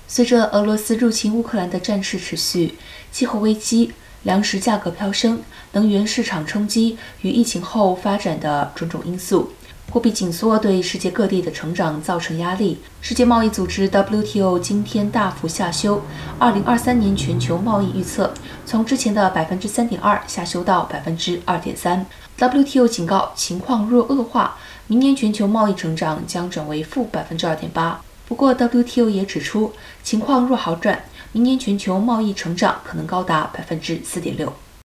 随着俄罗斯入侵乌克兰的战事持续，气候危机、粮食价格飙升、能源市场冲击与疫情后发展的种种因素，货币紧缩对世界各地的成长造成压力。世界贸易组织 WTO 今天大幅下修2023年全球贸易预测，从之前的 3.2% 下修到 2.3%。WTO 警告，情况若恶化，明年全球贸易成长将转为负 2.8%。不过 WTO 也指出，情况若好转，明年全球贸易成长可能高达 4.6%。